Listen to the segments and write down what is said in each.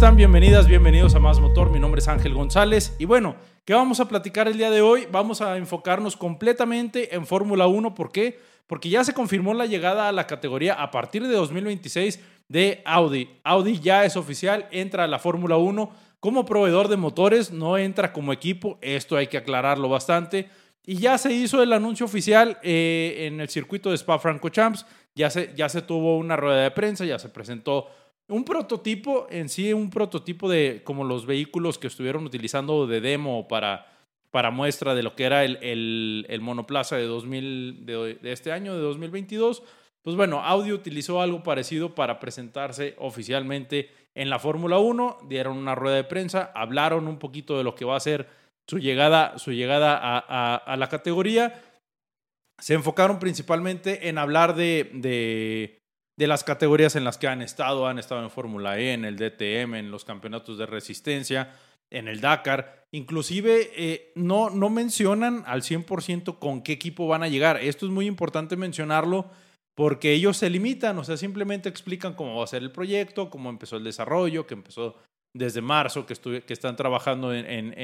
están? Bienvenidas, bienvenidos a Más Motor. Mi nombre es Ángel González y bueno, ¿qué vamos a platicar el día de hoy? Vamos a enfocarnos completamente en Fórmula 1. ¿Por qué? Porque ya se confirmó la llegada a la categoría a partir de 2026 de Audi. Audi ya es oficial, entra a la Fórmula 1 como proveedor de motores, no entra como equipo, esto hay que aclararlo bastante. Y ya se hizo el anuncio oficial en el circuito de Spa-Francorchamps, ya se tuvo una rueda de prensa, ya se presentó un prototipo en sí, un prototipo de como los vehículos que estuvieron utilizando de demo para muestra de lo que era el monoplaza de este año, de 2022. Pues bueno, Audi utilizó algo parecido para presentarse oficialmente en la Fórmula 1, dieron una rueda de prensa, hablaron un poquito de lo que va a ser su llegada a la categoría. Se enfocaron principalmente en hablar de las categorías en las que han estado en Fórmula E, en el DTM, en los campeonatos de resistencia, en el Dakar. Inclusive no mencionan al 100% con qué equipo van a llegar. Esto es muy importante mencionarlo porque ellos se limitan, o sea, simplemente explican cómo va a ser el proyecto, cómo empezó el desarrollo, que empezó desde marzo, que están trabajando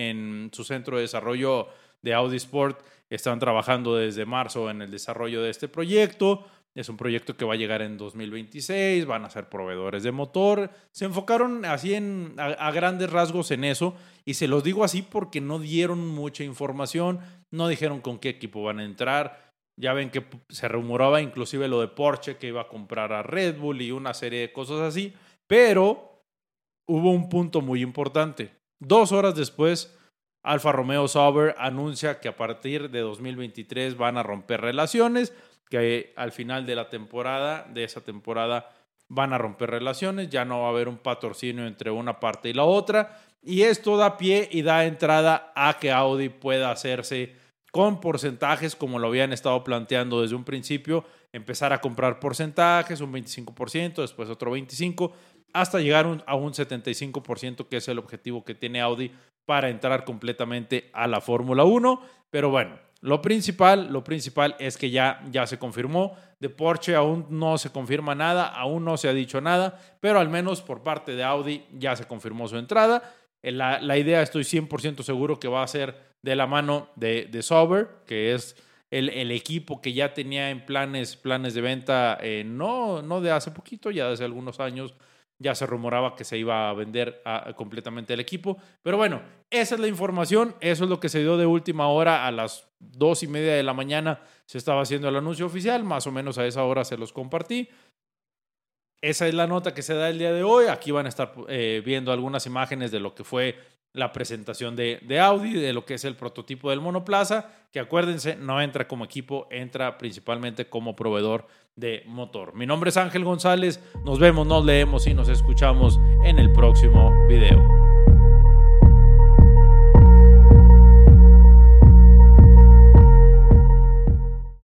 en su centro de desarrollo de Audi Sport, están trabajando desde marzo en el desarrollo de este proyecto. Es un proyecto que va a llegar en 2026, van a ser proveedores de motor. Se enfocaron así a grandes rasgos en eso y se los digo así porque no dieron mucha información, no dijeron con qué equipo van a entrar. Ya ven que se rumoraba inclusive lo de Porsche que iba a comprar a Red Bull y una serie de cosas así, pero hubo un punto muy importante. 2 horas después, Alfa Romeo Sauber anuncia que a partir de 2023 van a romper relaciones, que al final de esa temporada van a romper relaciones, ya no va a haber un patrocinio entre una parte y la otra, y esto da pie y da entrada a que Audi pueda hacerse con porcentajes como lo habían estado planteando desde un principio, empezar a comprar porcentajes, un 25%, después otro 25%, hasta llegar a un 75%, que es el objetivo que tiene Audi para entrar completamente a la Fórmula 1. Pero bueno, lo principal es que ya se confirmó. De Porsche aún no se confirma nada, aún no se ha dicho nada, pero al menos por parte de Audi ya se confirmó su entrada. La idea, estoy 100% seguro que va a ser de la mano de Sauber, que es el equipo que ya tenía en planes de venta, no de hace poquito, ya desde algunos años ya se rumoraba que se iba a vender completamente el equipo. Pero bueno, esa es la información, eso es lo que se dio de última hora. A las 2:30 de la mañana se estaba haciendo el anuncio oficial, más o menos a esa hora se los compartí. Esa es la nota que se da el día de hoy. Aquí van a estar viendo algunas imágenes de lo que fue la presentación de Audi, de lo que es el prototipo del monoplaza, que acuérdense, no entra como equipo, entra principalmente como proveedor de motor. Mi nombre es Ángel González, nos vemos, nos leemos y nos escuchamos en el próximo video.